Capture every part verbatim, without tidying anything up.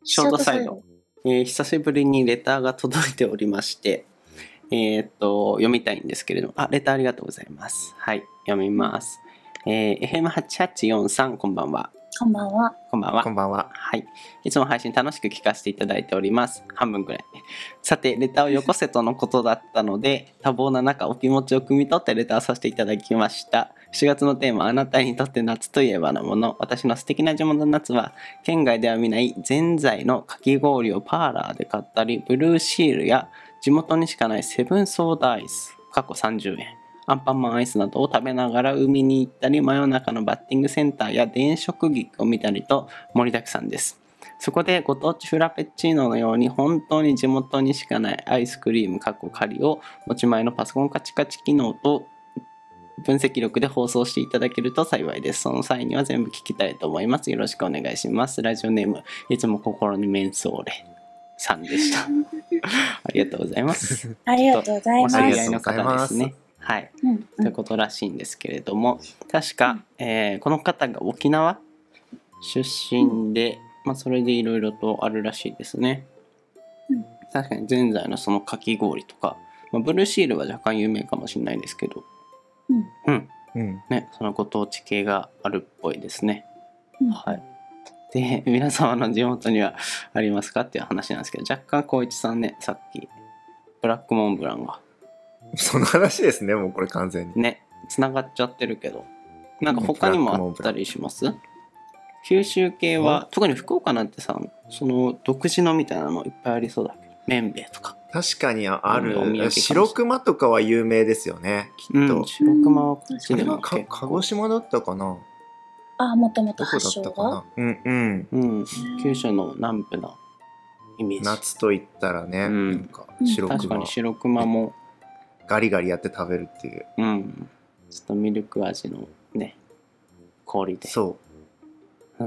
ショートサイド、えー、久しぶりにレターが届いておりまして、えー、っと読みたいんですけれども、あ、レターありがとうございます。はい、読みます。えー、エフエムはちはちよんさん こんばんは。 こんばんは。 こんばんは。 こんばんは。 はい。いつも配信楽しく聞かせていただいております。半分くらい。さて、レターをよこせとのことだったので、多忙な中、お気持ちを汲み取ってレターさせていただきました。しがつのテーマ、あなたにとって夏といえばのもの。私の素敵な地元の夏は、県外では見ないぜんざいのかき氷をパーラーで買ったり、ブルーシールや地元にしかないセブンソーダアイス、過去さんじゅうえん。アンパンマンアイスなどを食べながら海に行ったり、真夜中のバッティングセンターや電飾劇を見たりと盛りだくさんです。そこでご当地フラペチーノのように本当に地元にしかないアイスクリーム（仮）を持ち前のパソコンカチカチ機能と分析力で放送していただけると幸いです。その際には全部聞きたいと思います。よろしくお願いします。ラジオネーム、いつも心にメンソーレさんでした。ありがとうございます。 ありがとうございます。 お知り合いの方ですね。はい、 うんうん、 ということらしいんですけれども、確か、えー、この方が沖縄出身で、まあ、それでいろいろとあるらしいですね。 うん、 確かにぜんざいのそのかき氷とか、まあ、ブルーシールは若干有名かもしれないですけど、 うんうんうんね、そのご当地系があるっぽいですね。 うん、 はい。で、皆様の地元にはありますかっていう話なんですけど、若干光一さんね、さっきブラックモンブランがその話ですね、もうこれ完全にね、つながっちゃってるけど、なんか他にもあったりします？九州系は、特に福岡なんてさ、その独自のみたいなのいっぱいありそうだけど、麺べいとか。 確かにある。 お土産白熊とかは有名ですよね、きっと。 うん、白熊はこっちでもか鹿児島だったかな。 あ、もともとどこ発祥だったかな。 が。 うんうんうん、九州の南部のイメージ。 夏と言ったらね、 うんなんか白熊、 確かに白熊もガリガリやって食べるっていう。 うん、ちょっとミルク味のね、氷で。 そう、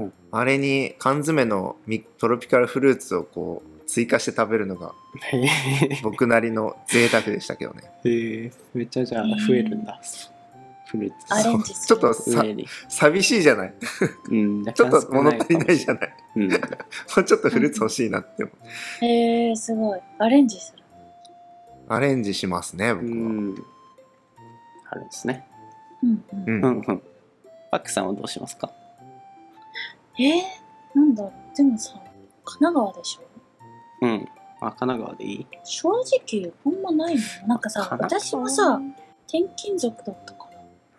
うん、 あれに缶詰のミトロピカルフルーツをこう追加して食べるのが僕なりの贅沢でしたけどね。 へえ、めっちゃじゃあ増えるんだ、フルーツ。 アレンジする。 ちょっとさ寂しいじゃない、 うん、 ちょっと物足りないじゃない、 うん、 もうちょっとフルーツ欲しいなって思う。 へえ、すごいアレンジする。 アレンジしますね、僕は。 うん、あるんですね。 うんうん、 うんうんうん。パックさんはどうしますか？ えー、なんだろう。でもさ、神奈川でしょ。 うん。あ、神奈川でいい？ 正直あんまないの。なんかさ、私もさ、転勤族だったから。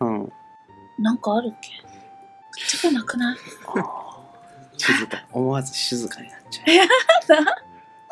うん。 なんかあるっけ？ぶっちゃけなくない？ 静か。思わず静かになっちゃう。やだ。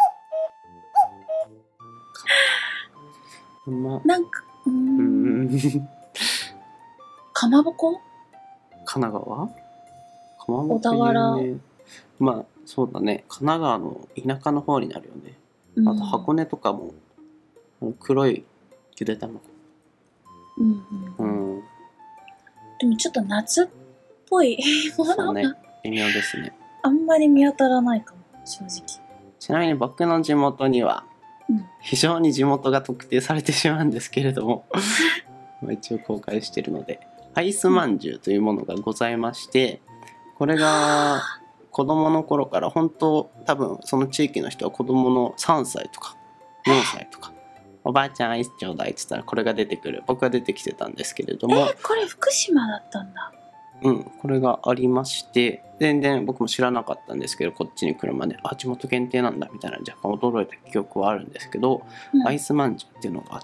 ま、 なんか、うーん。 うんかまぼこ？ 神奈川？かまぼこ小田原。 まあそうだね。神奈川の田舎の方になるよね。あと箱根とかも、うん、黒いゆで卵。 うんうん。うん、でもちょっと夏っぽいものが、ね、 微妙ですね。 あんまり見当たらないかも、正直。 ちなみに僕の地元には、 うん、 非常に地元が特定されてしまうんですけれどもまあ一応公開しているので、アイスまんじゅうというものがございまして、これが子供の頃から本当多分その地域の人は子供のさんさいとかよんさいとか、おばあちゃんアイスちょうだいって言ったらこれが出てくる。僕が出てきてたんですけれども、 えー、これ福島だったんだ。 うん、これがありまして、全然僕も知らなかったんですけど、こっちに来るまであ地元限定なんだみたいな若干驚いた記憶はあるんですけど、うん、アイスまんじゅうっていうのがあって、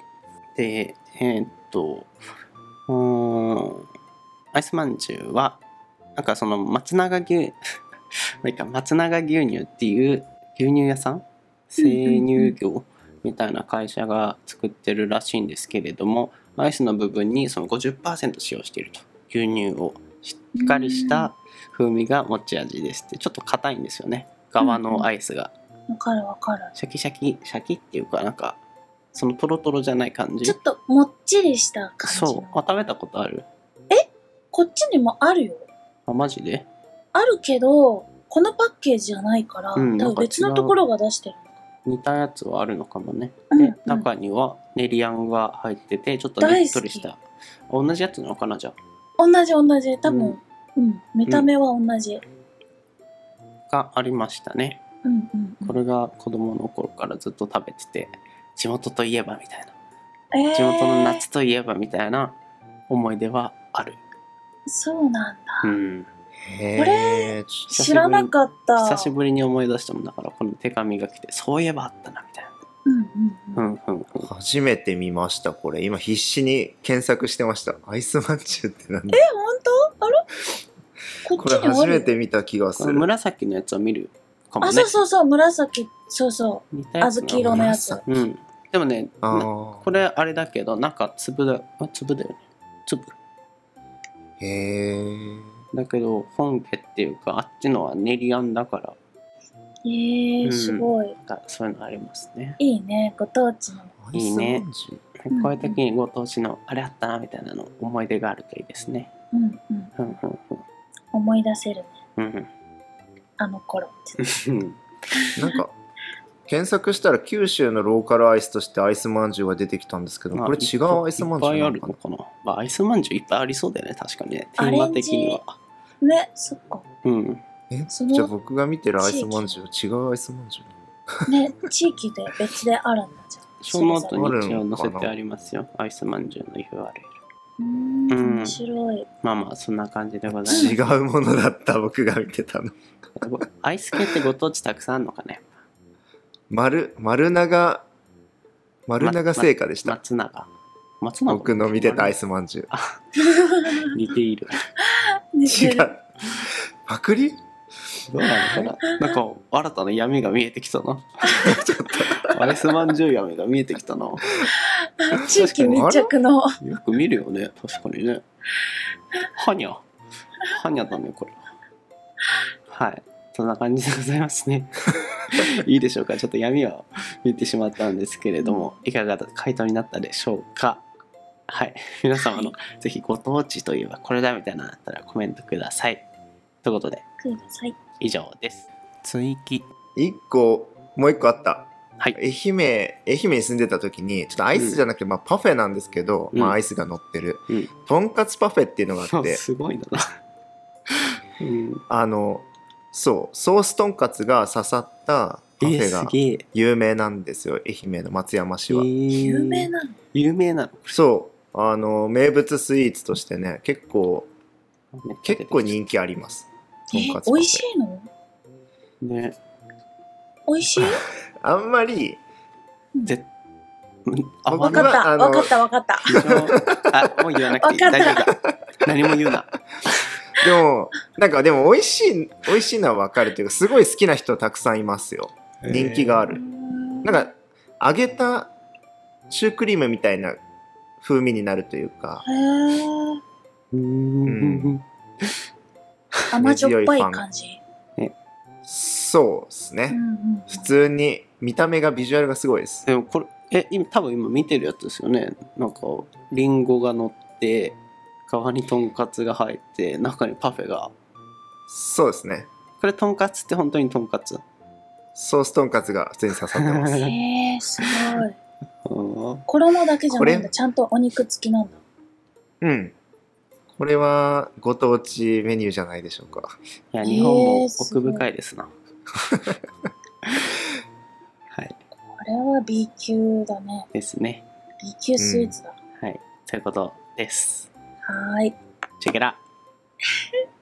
でえー、っとうーんアイスまんじゅうはなんかその松永牛松永牛乳っていう牛乳屋さん、生乳業みたいな会社が作ってるらしいんですけれども、アイスの部分にその ごじゅっパーセント 使用していると。牛乳をしっかりした風味が持ち味ですって。ちょっと硬いんですよね、側のアイスが。 わかるわかる。 シャキシャキシャキっていうか、なんかそのトロトロじゃない感じ。 ちょっともっちりした感じ。 そう。あ、食べたことある？ え、こっちにもあるよ。 あ、マジで？ あるけどこのパッケージじゃないから、うん、多分別のところが出してる。 似たやつはあるのかもね。 うんうん、 で中には練りあんが入ってて、ちょっとねっとりした。同じやつなのかな、じゃあ。 同じ同じ、多分、うん、うん、見た目は同じ、うん、 がありましたね。 うんうんうん。 これが子供の頃からずっと食べてて、地元といえばみたいな、 えー、 地元の夏といえばみたいな思い出はある。 そうなんだ。 うんへこれえ、ち知らなかった。 久しぶりに思い出したもんだから、この手紙が来てそういえばあったなみたいうんうんな。 うん。 うんうんうん。 初めて見ましたこれ。今必死に検索してました。アイスまんじゅうってなんだ。 え、本当？あれ？ここれっちにあるよ。 初めて見た気がすこのる。 紫のやつを見るかもね。 あ、そうそうそう、紫、そうそ似たやつな小豆色のやつ。 紫うん。でもね、 あなーこれあれだけど、なんか粒だ、あ粒だよね。粒。 へえ。 だけど、本家っていうか、あっちのは練りあんだから、 えー、 うんすごい。 だそういうのありますね。 いいね、ご当地の。 アイスまんじゅう。 うんこういう時にご当地のあれあったなみたいなの思い出があるといいですね。 うんうん。 うんうん思い出せるね、 うんうんあの頃って。 うんなんか検索したら九州のローカルアイスとしてアイスまんじゅうが出てきたんですけど、これ違うアイスまんじゅういっぱいなのかなあるのかな。まあ、アイスまんじゅういっぱいありそうだよね、確かにね。テーマ的には。 ね、そっか。 うん。 えそのじゃあ僕が見てるアイスまんじゅう違うアイスまんじゅうね、地域で別であるんだじゃん。 小ノートにそれぞれ一応載せてありますよ。アイスまんじゅうの ユーアールエル。 うーん、 うん面白い。 まあまあ、そんな感じでございます。 違うものだった僕が見てたの。 アイス系ってご当地たくさんあるのかね。 丸丸長丸長製菓でした、 松永。松永僕の見てたアイスまんじゅう。 似ている。 違う。パクリ？ どうなのかな。なんか新たな闇が見えてきたな。アイスまんじゅう闇が見えてきたな。よ地域密着の。 く見るよね、確かにね。はにゃ。はにゃだね、これ。はい。そんな感じでございますね。いいでしょうか。ちょっと闇は見てしまったんですけれども、いかが回答になったでしょうか。はい。皆様のぜひご当地といえばこれだみたいなのあったらコメントください。ということで、 ください。 以上です。追記。 一個もう一個あった。 はい。 愛媛愛媛に住んでた時にちょっとアイスじゃなくて、まあ、パフェなんですけど、 うんまあ、アイスが乗ってる、 うん。 とんかつパフェっていうのがあってすごいな。うん。 あのそうソースとんかつが刺さったパフえー、 ェがすげえ。 有名なんですよ、愛媛の松山市は、 えー有名なの？ 有名なの。 そうあの名物スイーツとしてね結構結構人気あります。とんえ、 かつパフェ美味しいの？ ね。 美味しい？ あんまりぜうんあ僕わかった、 はあのわかった、わかった。 非常あ、もう言わなくていい。 わかった大丈夫だ。何も言うな。 でもなんかでも美味しい美味しいのは分かるというかすごい好きな人たくさんいますよ。人気がある。なんか揚げたシュークリームみたいな風味になるというか、 へー、 うーん。 甘じょっぱい感じ。 そうですね、 うんうん普通に見た目がビジュアルがすごいです。 でもこれ、え、今、多分今見てるやつですよね。なんか、リンゴが乗って、皮にとんかつが入って、中にパフェが。 そうですね、 これ、とんかつって本当にとんかつ？ ソースとんかつが普通に刺さってます。 へー、すごい。 うん衣だけじゃないんだ。 これちゃんとお肉付きなんだ。 うんこれはご当地メニューじゃないでしょうか。 いや、日本もえーすごい奥深いですな。はい。 これは B 級だね。 ですね。 B 級スイーツだ。 はい。ということです。 はーい。 チェケラ。